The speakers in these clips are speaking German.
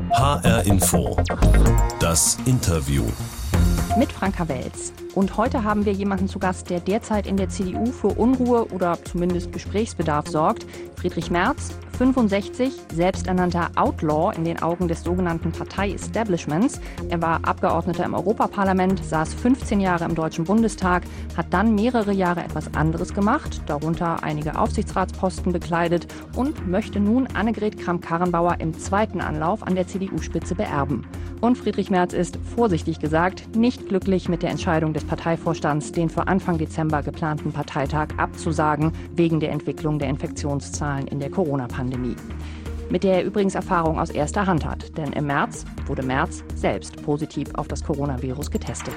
HR Info. Das Interview. Mit Franka Welz. Und heute haben wir jemanden zu Gast, der derzeit in der CDU für Unruhe oder zumindest Gesprächsbedarf sorgt. Friedrich Merz, 65, selbsternannter Outlaw in den Augen des sogenannten Partei-Establishments. Er war Abgeordneter im Europaparlament, saß 15 Jahre im Deutschen Bundestag, hat dann mehrere Jahre etwas anderes gemacht, darunter einige Aufsichtsratsposten bekleidet und möchte nun Annegret Kramp-Karrenbauer im zweiten Anlauf an der CDU-Spitze beerben. Und Friedrich Merz ist, vorsichtig gesagt, nicht glücklich mit der Entscheidung des Parteivorstands, den für Anfang Dezember geplanten Parteitag abzusagen, wegen der Entwicklung der Infektionszahlen in der Corona-Pandemie. Mit der er übrigens Erfahrung aus erster Hand hat, denn im März wurde Merz selbst positiv auf das Coronavirus getestet.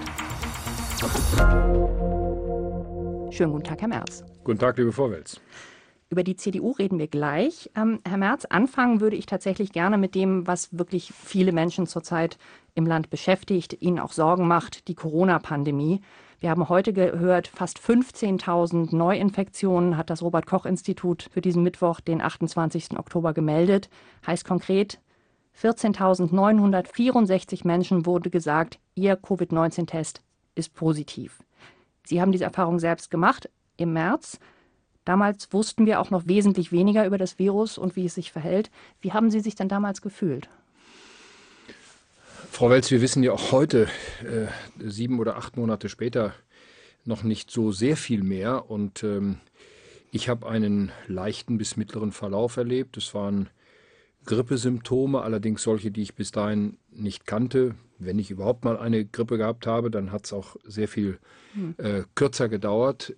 Schönen guten Tag, Herr Merz. Guten Tag, liebe Frau Welz. Über die CDU reden wir gleich. Herr Merz, anfangen würde ich tatsächlich gerne mit dem, was wirklich viele Menschen zurzeit im Land beschäftigt, ihnen auch Sorgen macht, die Corona-Pandemie. Wir haben heute gehört, fast 15.000 Neuinfektionen hat das Robert-Koch-Institut für diesen Mittwoch, den 28. Oktober, gemeldet. Heißt konkret, 14.964 Menschen wurde gesagt, ihr Covid-19-Test ist positiv. Sie haben diese Erfahrung selbst gemacht im März. Damals wussten wir auch noch wesentlich weniger über das Virus und wie es sich verhält. Wie haben Sie sich denn damals gefühlt? Frau Welz, wir wissen ja auch heute, 7 oder 8 Monate später, noch nicht so sehr viel mehr. Und ich habe einen leichten bis mittleren Verlauf erlebt. Es waren Grippesymptome, allerdings solche, die ich bis dahin nicht kannte. Wenn ich überhaupt mal eine Grippe gehabt habe, dann hat es auch sehr viel kürzer gedauert.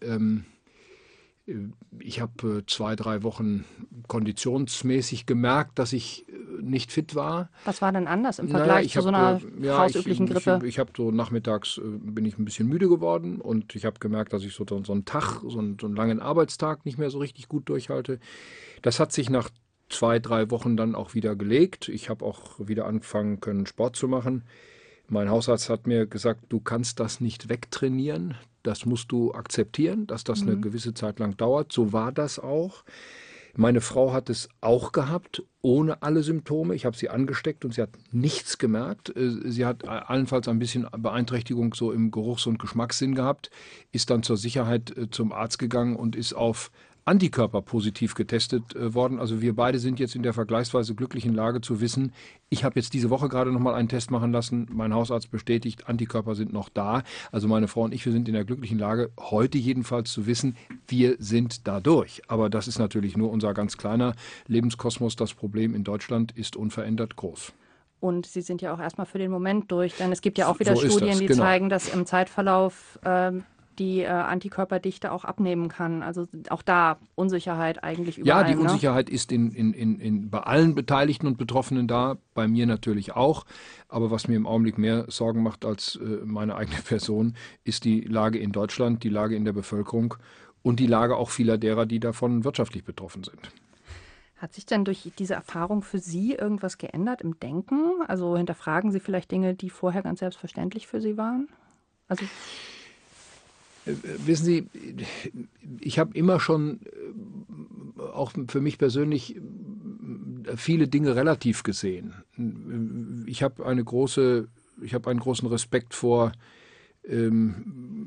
Ich habe 2, 3 Wochen konditionsmäßig gemerkt, dass ich nicht fit war. Was war denn anders im Vergleich zu so einer hausüblichen Grippe? Ich habe so nachmittags bin ich ein bisschen müde geworden und ich habe gemerkt, dass ich so einen Tag, so einen langen Arbeitstag nicht mehr so richtig gut durchhalte. Das hat sich nach 2, 3 Wochen dann auch wieder gelegt. Ich habe auch wieder angefangen können, Sport zu machen. Mein Hausarzt hat mir gesagt, du kannst das nicht wegtrainieren. Das musst du akzeptieren, dass das eine gewisse Zeit lang dauert. So war das auch. Meine Frau hat es auch gehabt, ohne alle Symptome. Ich habe sie angesteckt und sie hat nichts gemerkt. Sie hat allenfalls ein bisschen Beeinträchtigung so im Geruchs- und Geschmackssinn gehabt, ist dann zur Sicherheit zum Arzt gegangen und ist auf Antikörper positiv getestet worden. Also wir beide sind jetzt in der vergleichsweise glücklichen Lage zu wissen, ich habe jetzt diese Woche gerade noch mal einen Test machen lassen. Mein Hausarzt bestätigt, Antikörper sind noch da. Also meine Frau und ich, wir sind in der glücklichen Lage, heute jedenfalls zu wissen, wir sind da durch. Aber das ist natürlich nur unser ganz kleiner Lebenskosmos. Das Problem in Deutschland ist unverändert groß. Und Sie sind ja auch erstmal für den Moment durch, denn es gibt ja auch wieder Studien, die zeigen, dass im Zeitverlauf die Antikörperdichte auch abnehmen kann. Also auch da Unsicherheit eigentlich überall. Ja, die Unsicherheit ist bei allen Beteiligten und Betroffenen da, bei mir natürlich auch. Aber was mir im Augenblick mehr Sorgen macht als meine eigene Person, ist die Lage in Deutschland, die Lage in der Bevölkerung und die Lage auch vieler derer, die davon wirtschaftlich betroffen sind. Hat sich denn durch diese Erfahrung für Sie irgendwas geändert im Denken? Also hinterfragen Sie vielleicht Dinge, die vorher ganz selbstverständlich für Sie waren? Also wissen Sie, ich habe immer schon, auch für mich persönlich, viele Dinge relativ gesehen. Ich habe einen großen Respekt vor dem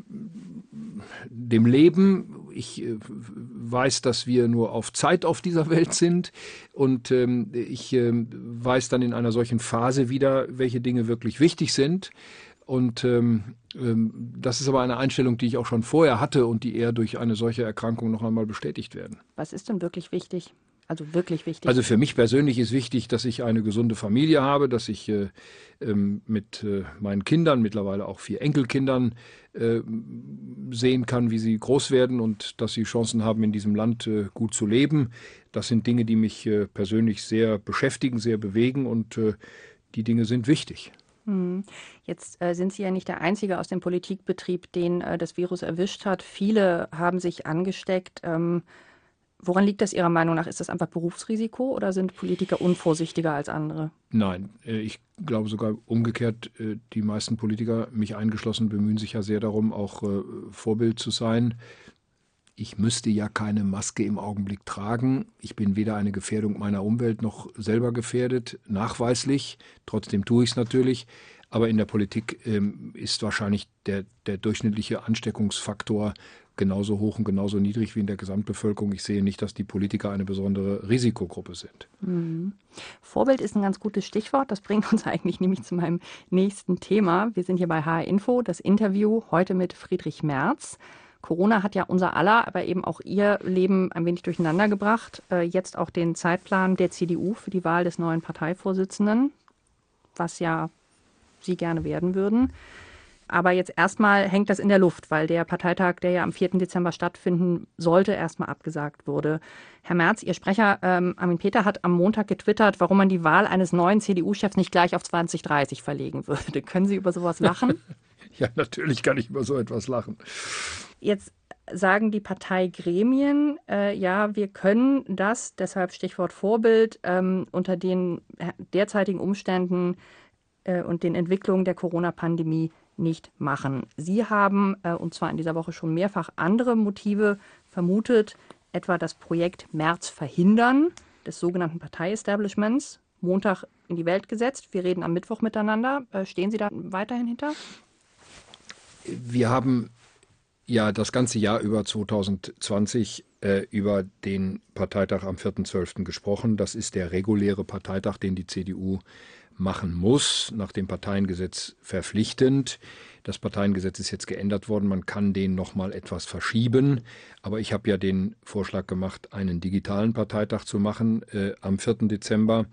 Leben. Ich weiß, dass wir nur auf Zeit auf dieser Welt sind und ich weiß dann in einer solchen Phase wieder, welche Dinge wirklich wichtig sind. Und das ist aber eine Einstellung, die ich auch schon vorher hatte und die eher durch eine solche Erkrankung noch einmal bestätigt werden. Was ist denn wirklich wichtig? Also wirklich wichtig? Also für mich persönlich ist wichtig, dass ich eine gesunde Familie habe, dass ich mit meinen Kindern, mittlerweile auch 4 Enkelkindern, sehen kann, wie sie groß werden und dass sie Chancen haben, in diesem Land gut zu leben. Das sind Dinge, die mich persönlich sehr beschäftigen, sehr bewegen und die Dinge sind wichtig. Jetzt sind Sie ja nicht der Einzige aus dem Politikbetrieb, den das Virus erwischt hat. Viele haben sich angesteckt. Woran liegt das Ihrer Meinung nach? Ist das einfach Berufsrisiko oder sind Politiker unvorsichtiger als andere? Nein, ich glaube sogar umgekehrt, die meisten Politiker, mich eingeschlossen, bemühen sich ja sehr darum, auch Vorbild zu sein. Ich müsste ja keine Maske im Augenblick tragen. Ich bin weder eine Gefährdung meiner Umwelt noch selber gefährdet, nachweislich. Trotzdem tue ich es natürlich. Aber in der Politik ist wahrscheinlich der durchschnittliche Ansteckungsfaktor genauso hoch und genauso niedrig wie in der Gesamtbevölkerung. Ich sehe nicht, dass die Politiker eine besondere Risikogruppe sind. Mhm. Vorbild ist ein ganz gutes Stichwort. Das bringt uns eigentlich nämlich zu meinem nächsten Thema. Wir sind hier bei HR Info, das Interview heute mit Friedrich Merz. Corona hat ja unser aller, aber eben auch Ihr Leben ein wenig durcheinander gebracht. Jetzt auch den Zeitplan der CDU für die Wahl des neuen Parteivorsitzenden, was ja Sie gerne werden würden. Aber jetzt erstmal hängt das in der Luft, weil der Parteitag, der ja am 4. Dezember stattfinden sollte, erstmal abgesagt wurde. Herr Merz, Ihr Sprecher Armin Peter hat am Montag getwittert, warum man die Wahl eines neuen CDU-Chefs nicht gleich auf 2030 verlegen würde. Können Sie über sowas lachen? Ja, natürlich kann ich über so etwas lachen. Jetzt sagen die Parteigremien, ja, wir können das, deshalb Stichwort Vorbild, unter den derzeitigen Umständen und den Entwicklungen der Corona-Pandemie nicht machen. Sie haben, und zwar in dieser Woche schon mehrfach, andere Motive vermutet, etwa das Projekt Merz verhindern, des sogenannten Partei-Establishments, Montag in die Welt gesetzt. Wir reden am Mittwoch miteinander. Stehen Sie da weiterhin hinter? Wir haben ja das ganze Jahr über 2020 über den Parteitag am 4.12. gesprochen. Das ist der reguläre Parteitag, den die CDU machen muss, nach dem Parteiengesetz verpflichtend. Das Parteiengesetz ist jetzt geändert worden, man kann den noch mal etwas verschieben, aber ich habe ja den Vorschlag gemacht, einen digitalen Parteitag zu machen am 4. Dezember.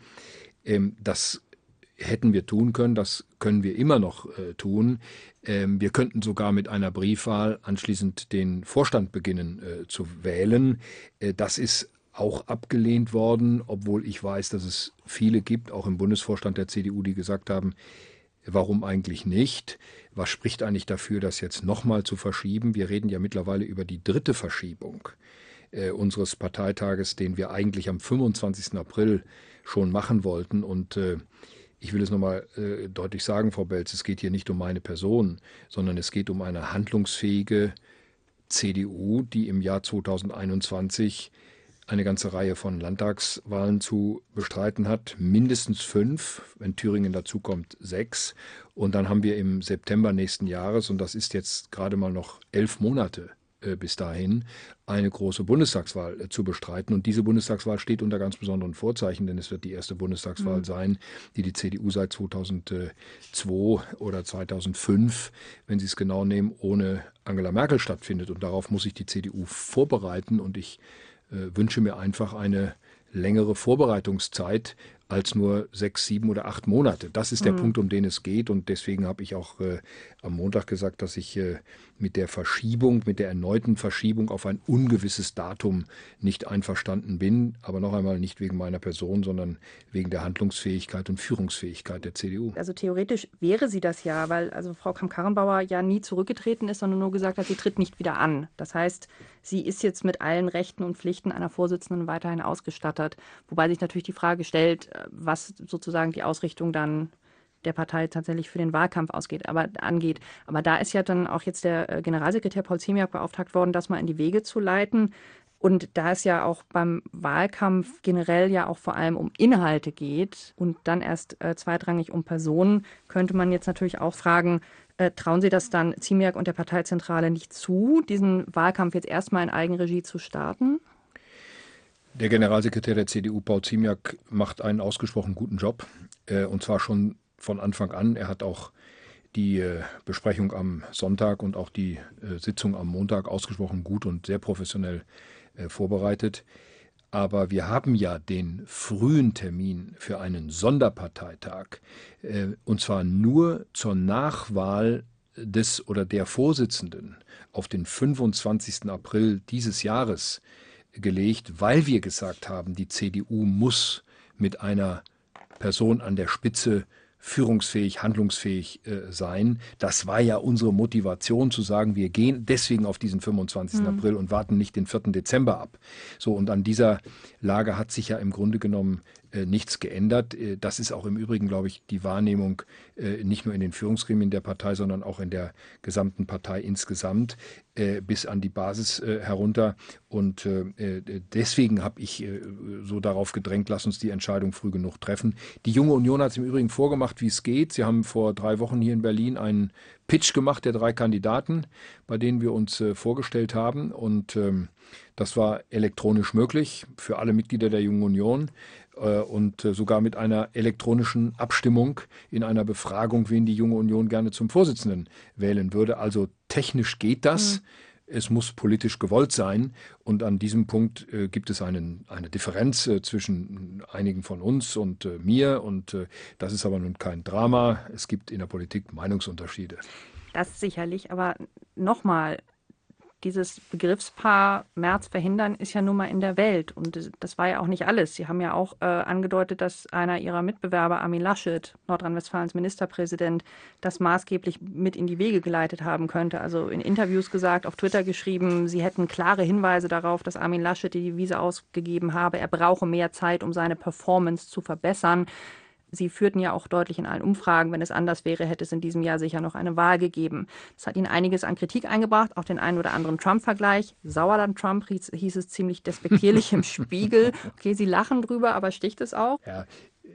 Das hätten wir tun können, das können wir immer noch tun. Wir könnten sogar mit einer Briefwahl anschließend den Vorstand beginnen zu wählen. Das ist auch abgelehnt worden, obwohl ich weiß, dass es viele gibt, auch im Bundesvorstand der CDU, die gesagt haben, warum eigentlich nicht? Was spricht eigentlich dafür, das jetzt nochmal zu verschieben? Wir reden ja mittlerweile über die 3. Verschiebung unseres Parteitages, den wir eigentlich am 25. April schon machen wollten. Und ich will es nochmal deutlich sagen, Frau Belz, es geht hier nicht um meine Person, sondern es geht um eine handlungsfähige CDU, die im Jahr 2021 eine ganze Reihe von Landtagswahlen zu bestreiten hat, mindestens 5, wenn Thüringen dazukommt 6. Und dann haben wir im September nächsten Jahres, und das ist jetzt gerade mal noch 11 Monate bis dahin, eine große Bundestagswahl zu bestreiten. Und diese Bundestagswahl steht unter ganz besonderen Vorzeichen, denn es wird die erste Bundestagswahl sein, die CDU seit 2002 oder 2005, wenn Sie es genau nehmen, ohne Angela Merkel stattfindet. Und darauf muss sich die CDU vorbereiten. Und ich wünsche mir einfach eine längere Vorbereitungszeit als nur 6, 7 oder 8 Monate. Das ist der Punkt, um den es geht. Und deswegen habe ich auch am Montag gesagt, dass ich mit der Verschiebung, mit der erneuten Verschiebung auf ein ungewisses Datum nicht einverstanden bin. Aber noch einmal nicht wegen meiner Person, sondern wegen der Handlungsfähigkeit und Führungsfähigkeit der CDU. Also theoretisch wäre sie das ja, weil also Frau Kramp-Karrenbauer ja nie zurückgetreten ist, sondern nur gesagt hat, sie tritt nicht wieder an. Das heißt, sie ist jetzt mit allen Rechten und Pflichten einer Vorsitzenden weiterhin ausgestattet. Wobei sich natürlich die Frage stellt, was sozusagen die Ausrichtung dann der Partei tatsächlich für den Wahlkampf angeht. Aber da ist ja dann auch jetzt der Generalsekretär Paul Ziemiak beauftragt worden, das mal in die Wege zu leiten. Und da es ja auch beim Wahlkampf generell ja auch vor allem um Inhalte geht und dann erst zweitrangig um Personen, könnte man jetzt natürlich auch fragen, trauen Sie das dann Ziemiak und der Parteizentrale nicht zu, diesen Wahlkampf jetzt erstmal in Eigenregie zu starten? Der Generalsekretär der CDU, Paul Ziemiak, macht einen ausgesprochen guten Job, und zwar schon von Anfang an. Er hat auch die Besprechung am Sonntag und auch die Sitzung am Montag ausgesprochen gut und sehr professionell vorbereitet. Aber wir haben ja den frühen Termin für einen Sonderparteitag, und zwar nur zur Nachwahl des oder der Vorsitzenden auf den 25. April dieses Jahres gelegt, weil wir gesagt haben, die CDU muss mit einer Person an der Spitze führungsfähig, handlungsfähig sein. Das war ja unsere Motivation zu sagen, wir gehen deswegen auf diesen 25. April und warten nicht den 4. Dezember ab. So, und an dieser Lage hat sich ja im Grunde genommen nichts geändert. Das ist auch im Übrigen, glaube ich, die Wahrnehmung nicht nur in den Führungsgremien der Partei, sondern auch in der gesamten Partei insgesamt bis an die Basis herunter. Und deswegen habe ich so darauf gedrängt, lass uns die Entscheidung früh genug treffen. Die Junge Union hat es im Übrigen vorgemacht, wie es geht. Sie haben vor 3 Wochen hier in Berlin einen Pitch gemacht der 3 Kandidaten, bei denen wir uns vorgestellt haben. Und das war elektronisch möglich für alle Mitglieder der Jungen Union und sogar mit einer elektronischen Abstimmung in einer Befragung, wen die Junge Union gerne zum Vorsitzenden wählen würde. Also technisch geht das. Es muss politisch gewollt sein. Und an diesem Punkt gibt es eine Differenz zwischen einigen von uns und mir. Und das ist aber nun kein Drama. Es gibt in der Politik Meinungsunterschiede. Das sicherlich, aber nochmal, dieses Begriffspaar Merz verhindern ist ja nun mal in der Welt. Und das war ja auch nicht alles. Sie haben ja auch angedeutet, dass einer Ihrer Mitbewerber, Armin Laschet, Nordrhein-Westfalens Ministerpräsident, das maßgeblich mit in die Wege geleitet haben könnte. Also in Interviews gesagt, auf Twitter geschrieben, Sie hätten klare Hinweise darauf, dass Armin Laschet die Devise ausgegeben habe, er brauche mehr Zeit, um seine Performance zu verbessern. Sie führten ja auch deutlich in allen Umfragen, wenn es anders wäre, hätte es in diesem Jahr sicher noch eine Wahl gegeben. Das hat Ihnen einiges an Kritik eingebracht, auch den einen oder anderen Trump-Vergleich. Sauerland-Trump hieß es ziemlich despektierlich im Spiegel. Okay, Sie lachen drüber, aber sticht es auch? Ja,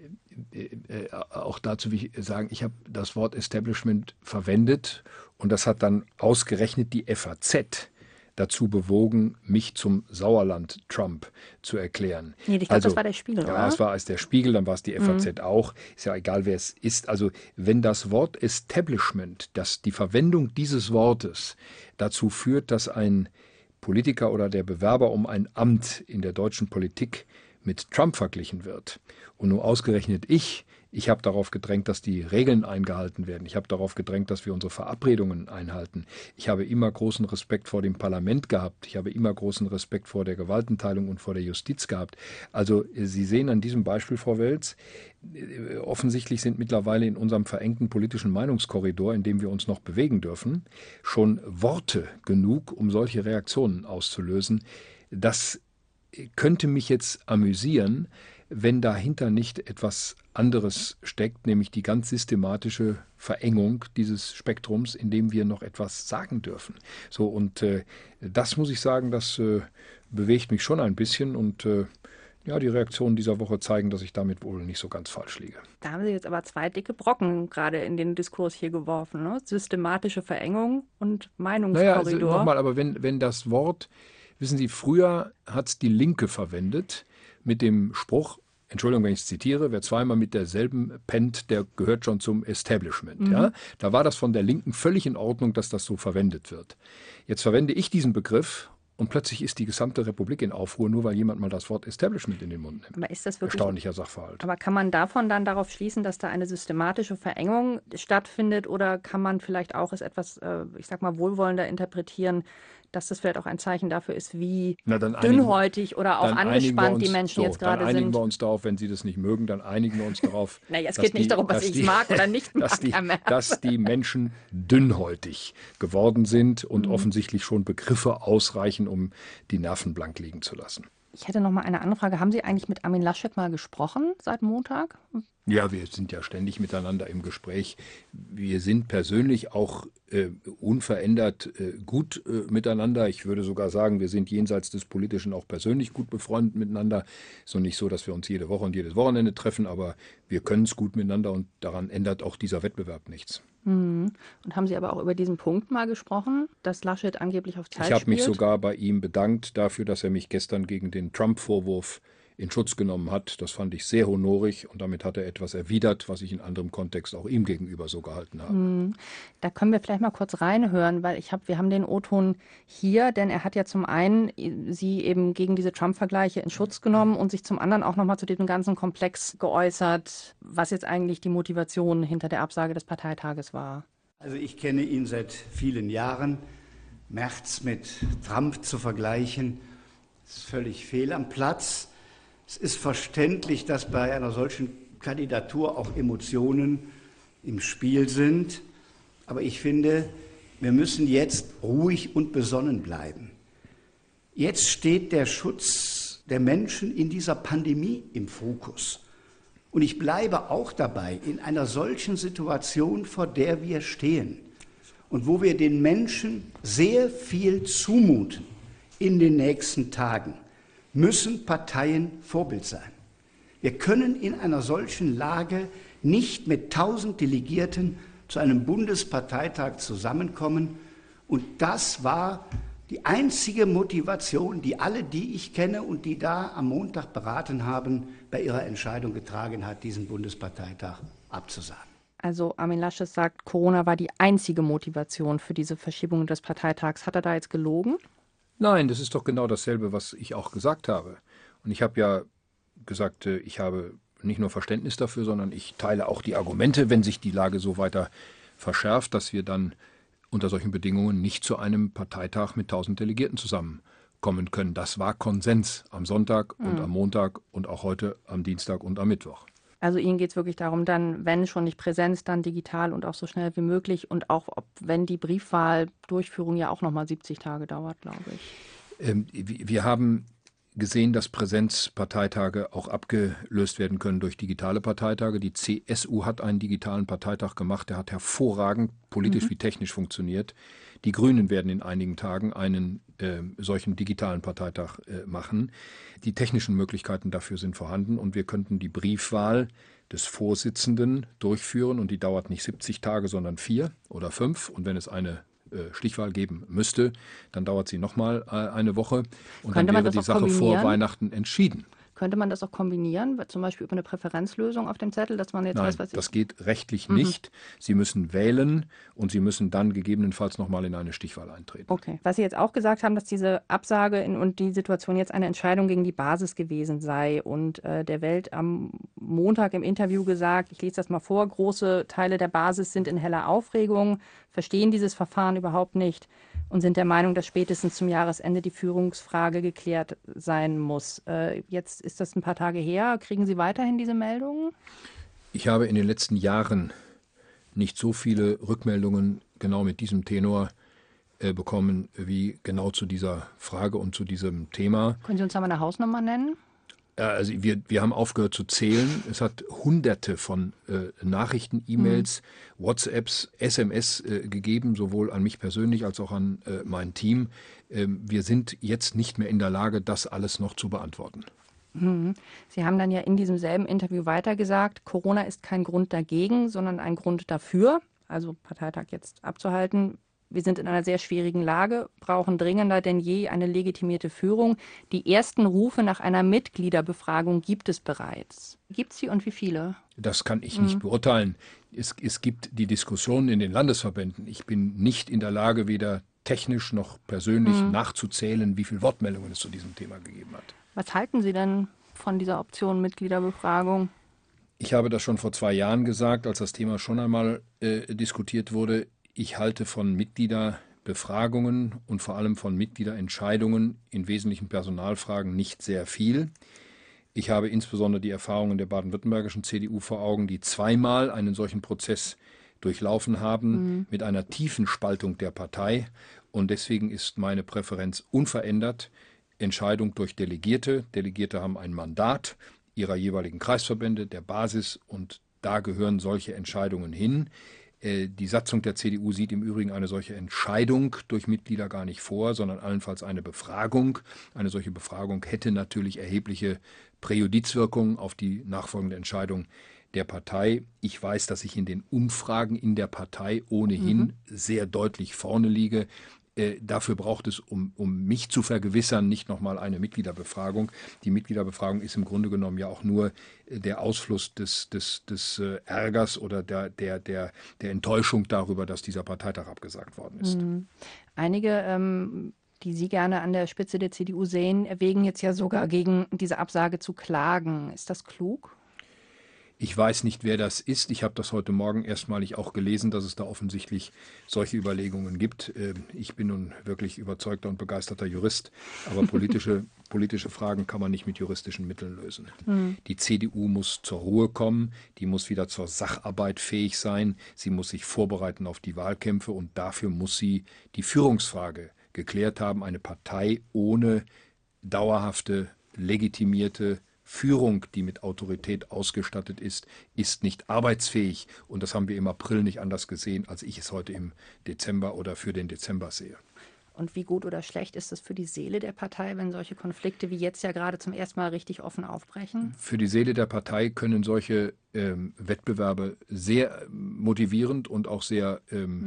auch dazu will ich sagen, ich habe das Wort Establishment verwendet und das hat dann ausgerechnet die FAZ dazu bewogen, mich zum Sauerland-Trump zu erklären. Nee, ich glaube, das war der Spiegel, oder? Ja, es war als der Spiegel, dann war es die FAZ auch. Ist ja egal, wer es ist. Also wenn das Wort Establishment, die Verwendung dieses Wortes dazu führt, dass ein Politiker oder der Bewerber um ein Amt in der deutschen Politik mit Trump verglichen wird und nur ausgerechnet ich habe darauf gedrängt, dass die Regeln eingehalten werden. Ich habe darauf gedrängt, dass wir unsere Verabredungen einhalten. Ich habe immer großen Respekt vor dem Parlament gehabt. Ich habe immer großen Respekt vor der Gewaltenteilung und vor der Justiz gehabt. Also Sie sehen an diesem Beispiel, Frau Welz, offensichtlich sind mittlerweile in unserem verengten politischen Meinungskorridor, in dem wir uns noch bewegen dürfen, schon Worte genug, um solche Reaktionen auszulösen. Das könnte mich jetzt amüsieren, wenn dahinter nicht etwas anderes steckt, nämlich die ganz systematische Verengung dieses Spektrums, in dem wir noch etwas sagen dürfen. So, und das muss ich sagen, das bewegt mich schon ein bisschen und ja, die Reaktionen dieser Woche zeigen, dass ich damit wohl nicht so ganz falsch liege. Da haben Sie jetzt aber 2 dicke Brocken gerade in den Diskurs hier geworfen, ne? Systematische Verengung und Meinungskorridor. Naja, also nochmal, aber wenn das Wort, wissen Sie, früher hat es die Linke verwendet mit dem Spruch, Entschuldigung, wenn ich es zitiere, wer zweimal mit derselben pennt, der gehört schon zum Establishment. Ja? Da war das von der Linken völlig in Ordnung, dass das so verwendet wird. Jetzt verwende ich diesen Begriff und plötzlich ist die gesamte Republik in Aufruhr, nur weil jemand mal das Wort Establishment in den Mund nimmt. Aber ist das wirklich erstaunlicher Sachverhalt? Aber kann man davon dann darauf schließen, dass da eine systematische Verengung stattfindet oder kann man vielleicht auch es etwas, ich sag mal, wohlwollender interpretieren, dass das vielleicht auch ein Zeichen dafür ist, wie dünnhäutig oder auch angespannt die Menschen jetzt gerade sind. Dann einigen wir uns darauf, wenn Sie das nicht mögen, dann einigen wir uns darauf. Naja, es geht nicht darum, was ich mag oder nicht mag. Dass die Menschen dünnhäutig geworden sind und offensichtlich schon Begriffe ausreichen, um die Nerven blank liegen zu lassen. Ich hätte noch mal eine Anfrage. Haben Sie eigentlich mit Armin Laschet mal gesprochen seit Montag? Ja, wir sind ja ständig miteinander im Gespräch. Wir sind persönlich auch unverändert gut miteinander. Ich würde sogar sagen, wir sind jenseits des Politischen auch persönlich gut befreundet miteinander. Es ist noch nicht so, dass wir uns jede Woche und jedes Wochenende treffen, aber wir können es gut miteinander und daran ändert auch dieser Wettbewerb nichts. Und haben Sie aber auch über diesen Punkt mal gesprochen, dass Laschet angeblich auf Zeit spielt? Ich habe mich sogar bei ihm bedankt dafür, dass er mich gestern gegen den Trump-Vorwurf in Schutz genommen hat. Das fand ich sehr honorig und damit hat er etwas erwidert, was ich in anderem Kontext auch ihm gegenüber so gehalten habe. Da können wir vielleicht mal kurz reinhören, weil wir haben den O-Ton hier, denn er hat ja zum einen Sie eben gegen diese Trump-Vergleiche in Schutz genommen und sich zum anderen auch nochmal zu diesem ganzen Komplex geäußert, was jetzt eigentlich die Motivation hinter der Absage des Parteitages war. Also ich kenne ihn seit vielen Jahren. Merz mit Trump zu vergleichen, ist völlig fehl am Platz. Es ist verständlich, dass bei einer solchen Kandidatur auch Emotionen im Spiel sind. Aber ich finde, wir müssen jetzt ruhig und besonnen bleiben. Jetzt steht der Schutz der Menschen in dieser Pandemie im Fokus. Und ich bleibe auch dabei, in einer solchen Situation, vor der wir stehen und wo wir den Menschen sehr viel zumuten in den nächsten Tagen, müssen Parteien Vorbild sein. Wir können in einer solchen Lage nicht mit 1000 Delegierten zu einem Bundesparteitag zusammenkommen. Und das war die einzige Motivation, die alle, die ich kenne und die da am Montag beraten haben, bei ihrer Entscheidung getragen hat, diesen Bundesparteitag abzusagen. Also Armin Laschet sagt, Corona war die einzige Motivation für diese Verschiebung des Parteitags. Hat er da jetzt gelogen? Nein, das ist doch genau dasselbe, was ich auch gesagt habe. Und ich habe ja gesagt, ich habe nicht nur Verständnis dafür, sondern ich teile auch die Argumente, wenn sich die Lage so weiter verschärft, dass wir dann unter solchen Bedingungen nicht zu einem Parteitag mit 1000 Delegierten zusammenkommen können. Das war Konsens am Sonntag und am Montag und auch heute am Dienstag und am Mittwoch. Also Ihnen geht es wirklich darum, dann, wenn schon nicht Präsenz, dann digital und auch so schnell wie möglich und auch, wenn die Briefwahldurchführung ja auch nochmal 70 Tage dauert, glaube ich. Wir haben gesehen, dass Präsenzparteitage auch abgelöst werden können durch digitale Parteitage. Die CSU hat einen digitalen Parteitag gemacht, der hat hervorragend politisch wie technisch funktioniert. Die Grünen werden in einigen Tagen einen solchen digitalen Parteitag machen. Die technischen Möglichkeiten dafür sind vorhanden und wir könnten die Briefwahl des Vorsitzenden durchführen und die dauert nicht 70 Tage, sondern 4 oder 5 und wenn es eine Stichwahl geben müsste, dann dauert sie nochmal eine Woche und dann wäre die Sache vor Weihnachten entschieden. Könnte man das auch kombinieren, zum Beispiel über eine Präferenzlösung auf dem Zettel, dass man jetzt Nein, das geht rechtlich nicht. Sie müssen wählen und Sie müssen dann gegebenenfalls nochmal in eine Stichwahl eintreten. Okay. Was Sie jetzt auch gesagt haben, dass diese Absage und die Situation jetzt eine Entscheidung gegen die Basis gewesen sei und der Welt am Montag im Interview gesagt, ich lese das mal vor, große Teile der Basis sind in heller Aufregung, verstehen dieses Verfahren überhaupt nicht und sind der Meinung, dass spätestens zum Jahresende die Führungsfrage geklärt sein muss. Jetzt ist das ein paar Tage her. Kriegen Sie weiterhin diese Meldungen? Ich habe in den letzten Jahren nicht so viele Rückmeldungen genau mit diesem Tenor bekommen, wie genau zu dieser Frage und zu diesem Thema. Können Sie uns da mal eine Hausnummer nennen? Also wir haben aufgehört zu zählen. Es hat Hunderte von Nachrichten, E-Mails, WhatsApps, SMS gegeben, sowohl an mich persönlich als auch an mein Team. Wir sind jetzt nicht mehr in der Lage, das alles noch zu beantworten. Sie haben dann ja in diesem selben Interview weitergesagt, Corona ist kein Grund dagegen, sondern ein Grund dafür, also Parteitag jetzt abzuhalten. Wir sind in einer sehr schwierigen Lage, brauchen dringender denn je eine legitimierte Führung. Die ersten Rufe nach einer Mitgliederbefragung gibt es bereits. Gibt es sie und wie viele? Das kann ich nicht beurteilen. Es gibt die Diskussion in den Landesverbänden. Ich bin nicht in der Lage, weder technisch noch persönlich nachzuzählen, wie viele Wortmeldungen es zu diesem Thema gegeben hat. Was halten Sie denn von dieser Option Mitgliederbefragung? Ich habe das schon vor 2 Jahren gesagt, als das Thema schon einmal diskutiert wurde. Ich halte von Mitgliederbefragungen und vor allem von Mitgliederentscheidungen in wesentlichen Personalfragen nicht sehr viel. Ich habe insbesondere die Erfahrungen der baden-württembergischen CDU vor Augen, die 2-mal einen solchen Prozess durchlaufen haben mit einer tiefen Spaltung der Partei. Und deswegen ist meine Präferenz unverändert. Entscheidung durch Delegierte. Delegierte haben ein Mandat ihrer jeweiligen Kreisverbände, der Basis und da gehören solche Entscheidungen hin. Die Satzung der CDU sieht im Übrigen eine solche Entscheidung durch Mitglieder gar nicht vor, sondern allenfalls eine Befragung. Eine solche Befragung hätte natürlich erhebliche Präjudizwirkungen auf die nachfolgende Entscheidung der Partei. Ich weiß, dass ich in den Umfragen in der Partei ohnehin sehr deutlich vorne liege. Dafür braucht es, um mich zu vergewissern, nicht nochmal eine Mitgliederbefragung. Die Mitgliederbefragung ist im Grunde genommen ja auch nur der Ausfluss des Ärgers oder der Enttäuschung darüber, dass dieser Parteitag abgesagt worden ist. Einige, die Sie gerne an der Spitze der CDU sehen, erwägen jetzt ja sogar gegen diese Absage zu klagen. Ist das klug? Ich weiß nicht, wer das ist. Ich habe das heute Morgen erstmalig auch gelesen, dass es da offensichtlich solche Überlegungen gibt. Ich bin nun wirklich überzeugter und begeisterter Jurist, aber politische Fragen kann man nicht mit juristischen Mitteln lösen. Die CDU muss zur Ruhe kommen, die muss wieder zur Sacharbeit fähig sein, sie muss sich vorbereiten auf die Wahlkämpfe und dafür muss sie die Führungsfrage geklärt haben. Eine Partei ohne dauerhafte, legitimierte Führung, die mit Autorität ausgestattet ist, ist nicht arbeitsfähig. Und das haben wir im April nicht anders gesehen, als ich es heute im Dezember oder für den Dezember sehe. Und wie gut oder schlecht ist es für die Seele der Partei, wenn solche Konflikte wie jetzt ja gerade zum ersten Mal richtig offen aufbrechen? Für die Seele der Partei können solche Wettbewerbe sehr motivierend und auch sehr,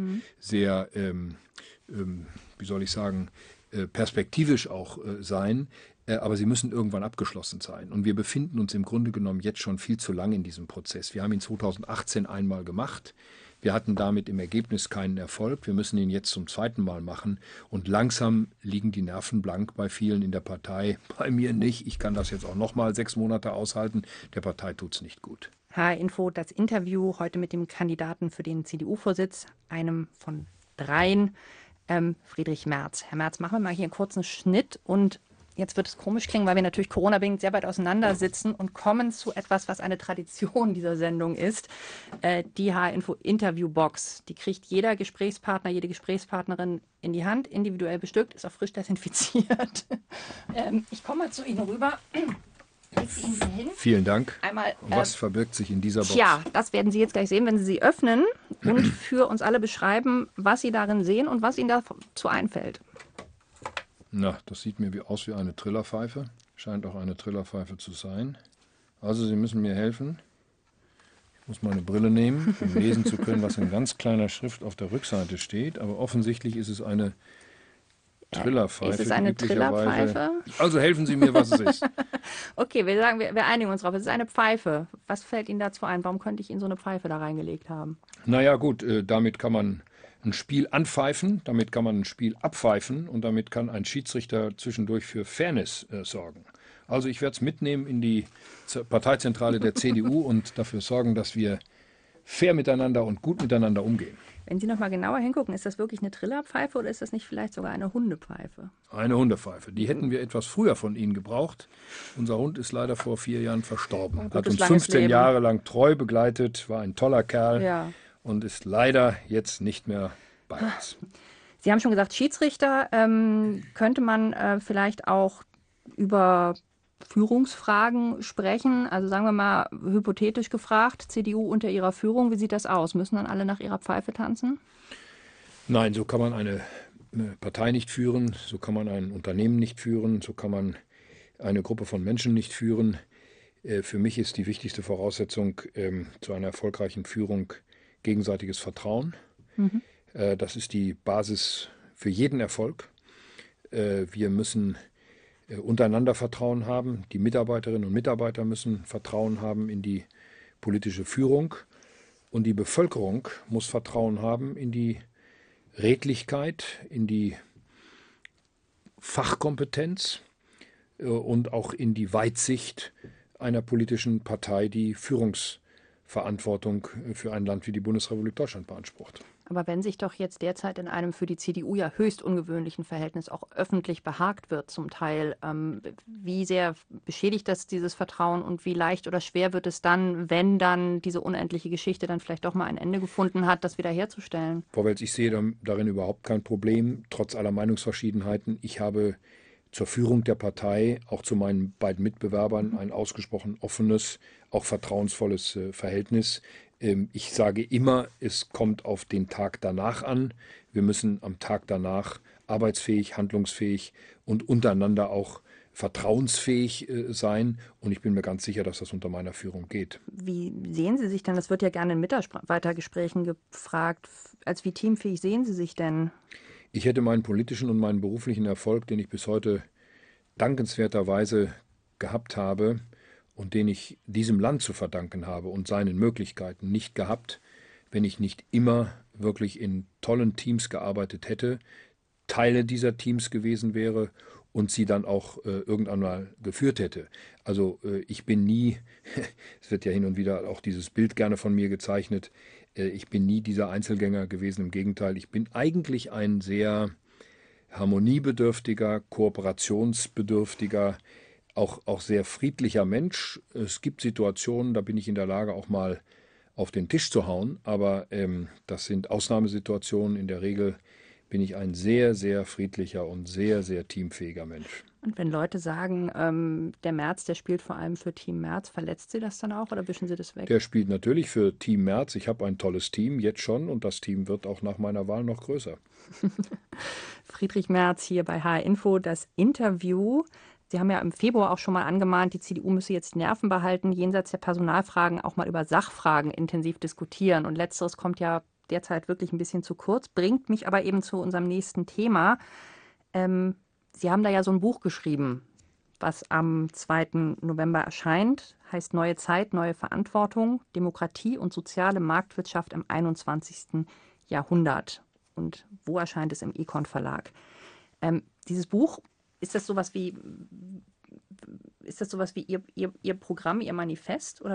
wie soll ich sagen, perspektivisch auch sein. Aber sie müssen irgendwann abgeschlossen sein. Und wir befinden uns im Grunde genommen jetzt schon viel zu lange in diesem Prozess. Wir haben ihn 2018 einmal gemacht. Wir hatten damit im Ergebnis keinen Erfolg. Wir müssen ihn jetzt zum zweiten Mal machen. Und langsam liegen die Nerven blank bei vielen in der Partei. Bei mir nicht. Ich kann das jetzt auch noch mal 6 Monate aushalten. Der Partei tut es nicht gut. HR-Info, das Interview heute mit dem Kandidaten für den CDU-Vorsitz, einem von 3, Friedrich Merz. Herr Merz, machen wir mal hier einen kurzen Schnitt und jetzt wird es komisch klingen, weil wir natürlich Corona-bedingt sehr weit auseinander sitzen und kommen zu etwas, was eine Tradition dieser Sendung ist. Die HR-Info-Interview-Box. Die kriegt jeder Gesprächspartner, jede Gesprächspartnerin in die Hand, individuell bestückt, ist auch frisch desinfiziert. Ich komme mal zu Ihnen rüber. Leg sie Ihnen hier hin. Vielen Dank. Einmal, und was verbirgt sich in dieser Box? Ja, das werden Sie jetzt gleich sehen, wenn Sie sie öffnen und für uns alle beschreiben, was Sie darin sehen und was Ihnen dazu einfällt. Na, das sieht mir aus wie eine Trillerpfeife. Scheint auch eine Trillerpfeife zu sein. Also Sie müssen mir helfen. Ich muss meine Brille nehmen, um lesen zu können, was in ganz kleiner Schrift auf der Rückseite steht. Aber offensichtlich ist es eine Trillerpfeife. Ist es eine Trillerpfeife? Also helfen Sie mir, was es ist. Okay, wir sagen, wir einigen uns drauf. Es ist eine Pfeife. Was fällt Ihnen dazu ein? Warum könnte ich Ihnen so eine Pfeife da reingelegt haben? Naja gut, damit kann man ein Spiel anpfeifen, damit kann man ein Spiel abpfeifen und damit kann ein Schiedsrichter zwischendurch für Fairness sorgen. Also ich werde es mitnehmen in die Parteizentrale der CDU und dafür sorgen, dass wir fair miteinander und gut miteinander umgehen. Wenn Sie noch mal genauer hingucken, ist das wirklich eine Trillerpfeife oder ist das nicht vielleicht sogar eine Hundepfeife? Eine Hundepfeife. Die hätten wir etwas früher von Ihnen gebraucht. Unser Hund ist leider vor 4 Jahren verstorben. Hat uns 15 Jahre lang treu begleitet, war ein toller Kerl. Ja. Und ist leider jetzt nicht mehr bei uns. Sie haben schon gesagt, Schiedsrichter. Könnte man vielleicht auch über Führungsfragen sprechen? Also sagen wir mal hypothetisch gefragt, CDU unter ihrer Führung, wie sieht das aus? Müssen dann alle nach ihrer Pfeife tanzen? Nein, so kann man eine Partei nicht führen, so kann man ein Unternehmen nicht führen, so kann man eine Gruppe von Menschen nicht führen. Für mich ist die wichtigste Voraussetzung zu einer erfolgreichen Führung gegenseitiges Vertrauen. Das ist die Basis für jeden Erfolg. Wir müssen untereinander Vertrauen haben. Die Mitarbeiterinnen und Mitarbeiter müssen Vertrauen haben in die politische Führung. Und die Bevölkerung muss Vertrauen haben in die Redlichkeit, in die Fachkompetenz und auch in die Weitsicht einer politischen Partei, die Führungsverantwortung für ein Land wie die Bundesrepublik Deutschland beansprucht. Aber wenn sich doch jetzt derzeit in einem für die CDU ja höchst ungewöhnlichen Verhältnis auch öffentlich behagt wird zum Teil, wie sehr beschädigt das dieses Vertrauen und wie leicht oder schwer wird es dann, wenn dann diese unendliche Geschichte dann vielleicht doch mal ein Ende gefunden hat, das wiederherzustellen? Frau Welz, ich sehe darin überhaupt kein Problem, trotz aller Meinungsverschiedenheiten. Ich habe zur Führung der Partei, auch zu meinen beiden Mitbewerbern, ein ausgesprochen offenes, auch vertrauensvolles Verhältnis. Ich sage immer, es kommt auf den Tag danach an. Wir müssen am Tag danach arbeitsfähig, handlungsfähig und untereinander auch vertrauensfähig sein. Und ich bin mir ganz sicher, dass das unter meiner Führung geht. Wie sehen Sie sich denn, das wird ja gerne in Mitarbeitergesprächen gefragt, als wie teamfähig sehen Sie sich denn? Ich hätte meinen politischen und meinen beruflichen Erfolg, den ich bis heute dankenswerterweise gehabt habe und den ich diesem Land zu verdanken habe und seinen Möglichkeiten, nicht gehabt, wenn ich nicht immer wirklich in tollen Teams gearbeitet hätte, Teile dieser Teams gewesen wäre und sie dann auch irgendwann mal geführt hätte. Also ich bin nie, es wird ja hin und wieder auch dieses Bild gerne von mir gezeichnet, ich bin nie dieser Einzelgänger gewesen, im Gegenteil, ich bin eigentlich ein sehr harmoniebedürftiger, kooperationsbedürftiger, auch sehr friedlicher Mensch. Es gibt Situationen, da bin ich in der Lage, auch mal auf den Tisch zu hauen, aber das sind Ausnahmesituationen. In der Regel bin ich ein sehr, sehr friedlicher und sehr, sehr teamfähiger Mensch. Und wenn Leute sagen, der Merz, der spielt vor allem für Team Merz, verletzt Sie das dann auch oder wischen Sie das weg? Der spielt natürlich für Team Merz. Ich habe ein tolles Team, jetzt schon, und das Team wird auch nach meiner Wahl noch größer. Friedrich Merz hier bei HR Info, das Interview. Sie haben ja im Februar auch schon mal angemahnt, die CDU müsse jetzt Nerven behalten, jenseits der Personalfragen auch mal über Sachfragen intensiv diskutieren. Und letzteres kommt ja derzeit wirklich ein bisschen zu kurz, bringt mich aber eben zu unserem nächsten Thema. Sie haben da ja so ein Buch geschrieben, was am 2. November erscheint, heißt Neue Zeit, neue Verantwortung, Demokratie und soziale Marktwirtschaft im 21. Jahrhundert. Und wo erscheint es? Im Econ Verlag. Dieses Buch, ist das sowas wie Ihr Programm, Ihr Manifest? Oder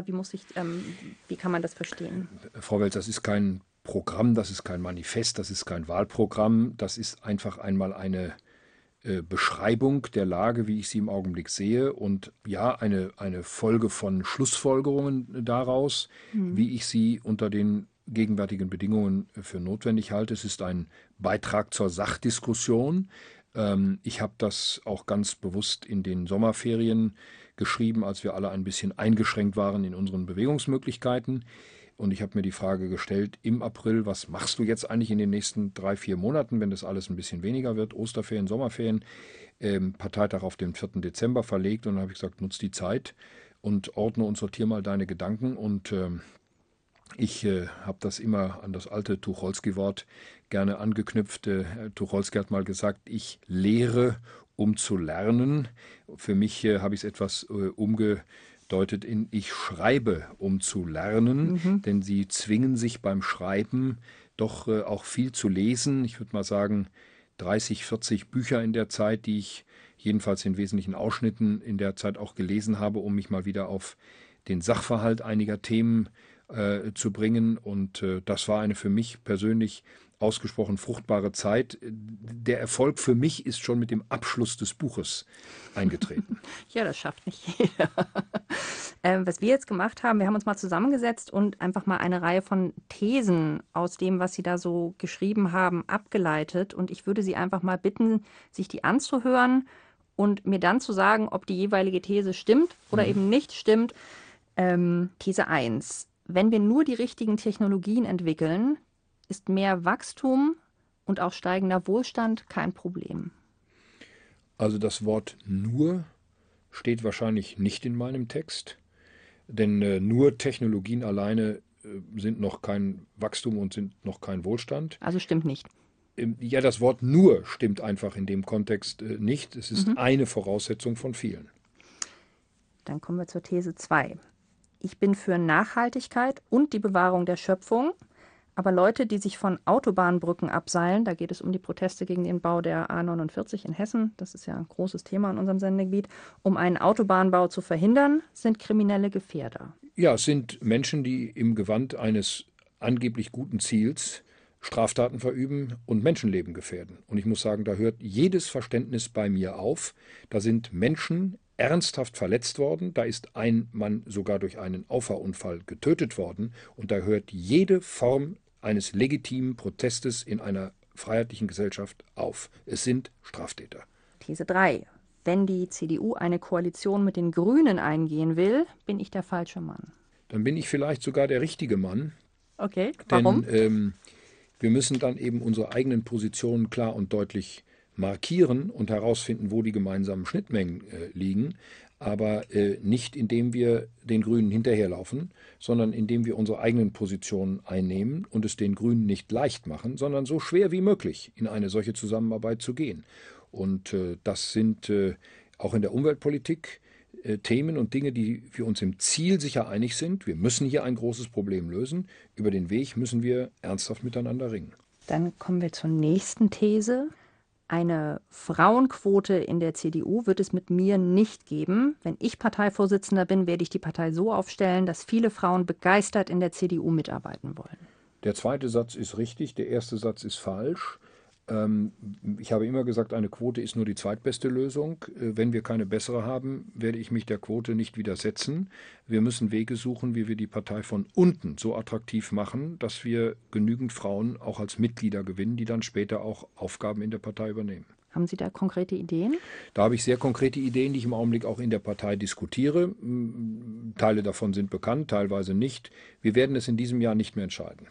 wie kann man das verstehen? Frau Welz, das ist kein Programm, das ist kein Manifest, das ist kein Wahlprogramm, das ist einfach einmal eine Beschreibung der Lage, wie ich sie im Augenblick sehe, und ja, eine Folge von Schlussfolgerungen daraus, wie ich sie unter den gegenwärtigen Bedingungen für notwendig halte. Es ist ein Beitrag zur Sachdiskussion. Ich habe das auch ganz bewusst in den Sommerferien geschrieben, als wir alle ein bisschen eingeschränkt waren in unseren Bewegungsmöglichkeiten. Und ich habe mir die Frage gestellt, im April, was machst du jetzt eigentlich in den nächsten 3-4 Monaten, wenn das alles ein bisschen weniger wird? Osterferien, Sommerferien, Parteitag auf den 4. Dezember verlegt. Und dann habe ich gesagt, nutz die Zeit und ordne und sortiere mal deine Gedanken. Und ich habe das immer an das alte Tucholsky-Wort gerne angeknüpft. Tucholsky hat mal gesagt, ich lehre, um zu lernen. Für mich habe ich es etwas umgedeutet in ich schreibe, um zu lernen, denn sie zwingen sich beim Schreiben doch auch viel zu lesen. Ich würde mal sagen, 30, 40 Bücher in der Zeit, die ich jedenfalls in wesentlichen Ausschnitten in der Zeit auch gelesen habe, um mich mal wieder auf den Sachverhalt einiger Themen zu bringen. Und das war eine für mich persönlich ausgesprochen fruchtbare Zeit. Der Erfolg für mich ist schon mit dem Abschluss des Buches eingetreten. Ja, das schafft nicht jeder. Was wir jetzt gemacht haben, wir haben uns mal zusammengesetzt und einfach mal eine Reihe von Thesen aus dem, was Sie da so geschrieben haben, abgeleitet. Und ich würde Sie einfach mal bitten, sich die anzuhören und mir dann zu sagen, ob die jeweilige These stimmt oder eben nicht stimmt. These 1. Wenn wir nur die richtigen Technologien entwickeln, ist mehr Wachstum und auch steigender Wohlstand kein Problem. Also das Wort nur steht wahrscheinlich nicht in meinem Text, denn nur Technologien alleine sind noch kein Wachstum und sind noch kein Wohlstand. Also stimmt nicht. Ja, das Wort nur stimmt einfach in dem Kontext nicht. Es ist eine Voraussetzung von vielen. Dann kommen wir zur These 2. Ich bin für Nachhaltigkeit und die Bewahrung der Schöpfung. Aber Leute, die sich von Autobahnbrücken abseilen, da geht es um die Proteste gegen den Bau der A49 in Hessen, das ist ja ein großes Thema in unserem Sendegebiet, um einen Autobahnbau zu verhindern, sind kriminelle Gefährder. Ja, es sind Menschen, die im Gewand eines angeblich guten Ziels Straftaten verüben und Menschenleben gefährden. Und ich muss sagen, da hört jedes Verständnis bei mir auf. Da sind Menschen ernsthaft verletzt worden, da ist ein Mann sogar durch einen Auffahrunfall getötet worden und da hört jede Form eines legitimen Protestes in einer freiheitlichen Gesellschaft auf. Es sind Straftäter. These 3. Wenn die CDU eine Koalition mit den Grünen eingehen will, bin ich der falsche Mann. Dann bin ich vielleicht sogar der richtige Mann. Okay, warum? Denn wir müssen dann eben unsere eigenen Positionen klar und deutlich markieren und herausfinden, wo die gemeinsamen Schnittmengen liegen, aber nicht indem wir den Grünen hinterherlaufen, sondern indem wir unsere eigenen Positionen einnehmen und es den Grünen nicht leicht machen, sondern so schwer wie möglich in eine solche Zusammenarbeit zu gehen. Und das sind auch in der Umweltpolitik Themen und Dinge, die wir uns im Ziel sicher einig sind. Wir müssen hier ein großes Problem lösen. Über den Weg müssen wir ernsthaft miteinander ringen. Dann kommen wir zur nächsten These. Eine Frauenquote in der CDU wird es mit mir nicht geben. Wenn ich Parteivorsitzender bin, werde ich die Partei so aufstellen, dass viele Frauen begeistert in der CDU mitarbeiten wollen. Der zweite Satz ist richtig, der erste Satz ist falsch. Ich habe immer gesagt, eine Quote ist nur die zweitbeste Lösung. Wenn wir keine bessere haben, werde ich mich der Quote nicht widersetzen. Wir müssen Wege suchen, wie wir die Partei von unten so attraktiv machen, dass wir genügend Frauen auch als Mitglieder gewinnen, die dann später auch Aufgaben in der Partei übernehmen. Haben Sie da konkrete Ideen? Da habe ich sehr konkrete Ideen, die ich im Augenblick auch in der Partei diskutiere. Teile davon sind bekannt, teilweise nicht. Wir werden es in diesem Jahr nicht mehr entscheiden.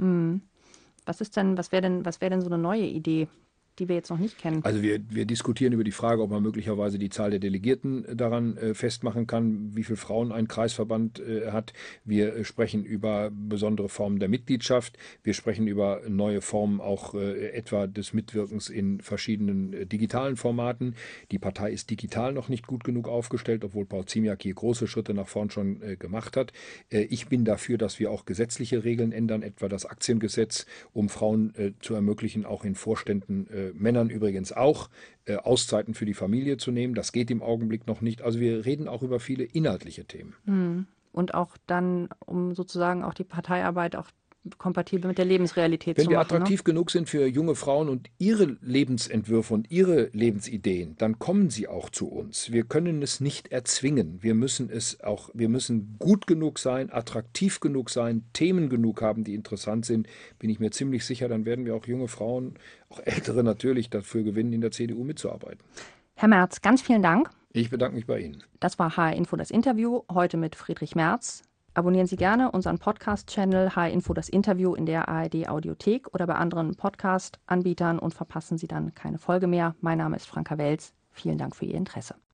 Was wäre denn so eine neue Idee, die wir jetzt noch nicht kennen? Also wir diskutieren über die Frage, ob man möglicherweise die Zahl der Delegierten daran festmachen kann, wie viele Frauen ein Kreisverband hat. Wir sprechen über besondere Formen der Mitgliedschaft. Wir sprechen über neue Formen auch etwa des Mitwirkens in verschiedenen digitalen Formaten. Die Partei ist digital noch nicht gut genug aufgestellt, obwohl Paul Ziemiak hier große Schritte nach vorn schon gemacht hat. Ich bin dafür, dass wir auch gesetzliche Regeln ändern, etwa das Aktiengesetz, um Frauen zu ermöglichen, auch in Vorständen, Männern übrigens auch, Auszeiten für die Familie zu nehmen. Das geht im Augenblick noch nicht. Also wir reden auch über viele inhaltliche Themen. Und auch dann, um sozusagen auch die Parteiarbeit auch kompatibel mit der Lebensrealität Wenn zu wir machen. attraktiv genug sind für junge Frauen und ihre Lebensentwürfe und ihre Lebensideen, dann kommen sie auch zu uns. Wir können es nicht erzwingen. Wir müssen gut genug sein, attraktiv genug sein, Themen genug haben, die interessant sind. Bin ich mir ziemlich sicher, dann werden wir auch junge Frauen, auch ältere natürlich, dafür gewinnen, in der CDU mitzuarbeiten. Herr Merz, ganz vielen Dank. Ich bedanke mich bei Ihnen. Das war HR Info, das Interview, heute mit Friedrich Merz. Abonnieren Sie gerne unseren Podcast-Channel HR Info, das Interview in der ARD-Audiothek oder bei anderen Podcast-Anbietern und verpassen Sie dann keine Folge mehr. Mein Name ist Franka Welz. Vielen Dank für Ihr Interesse.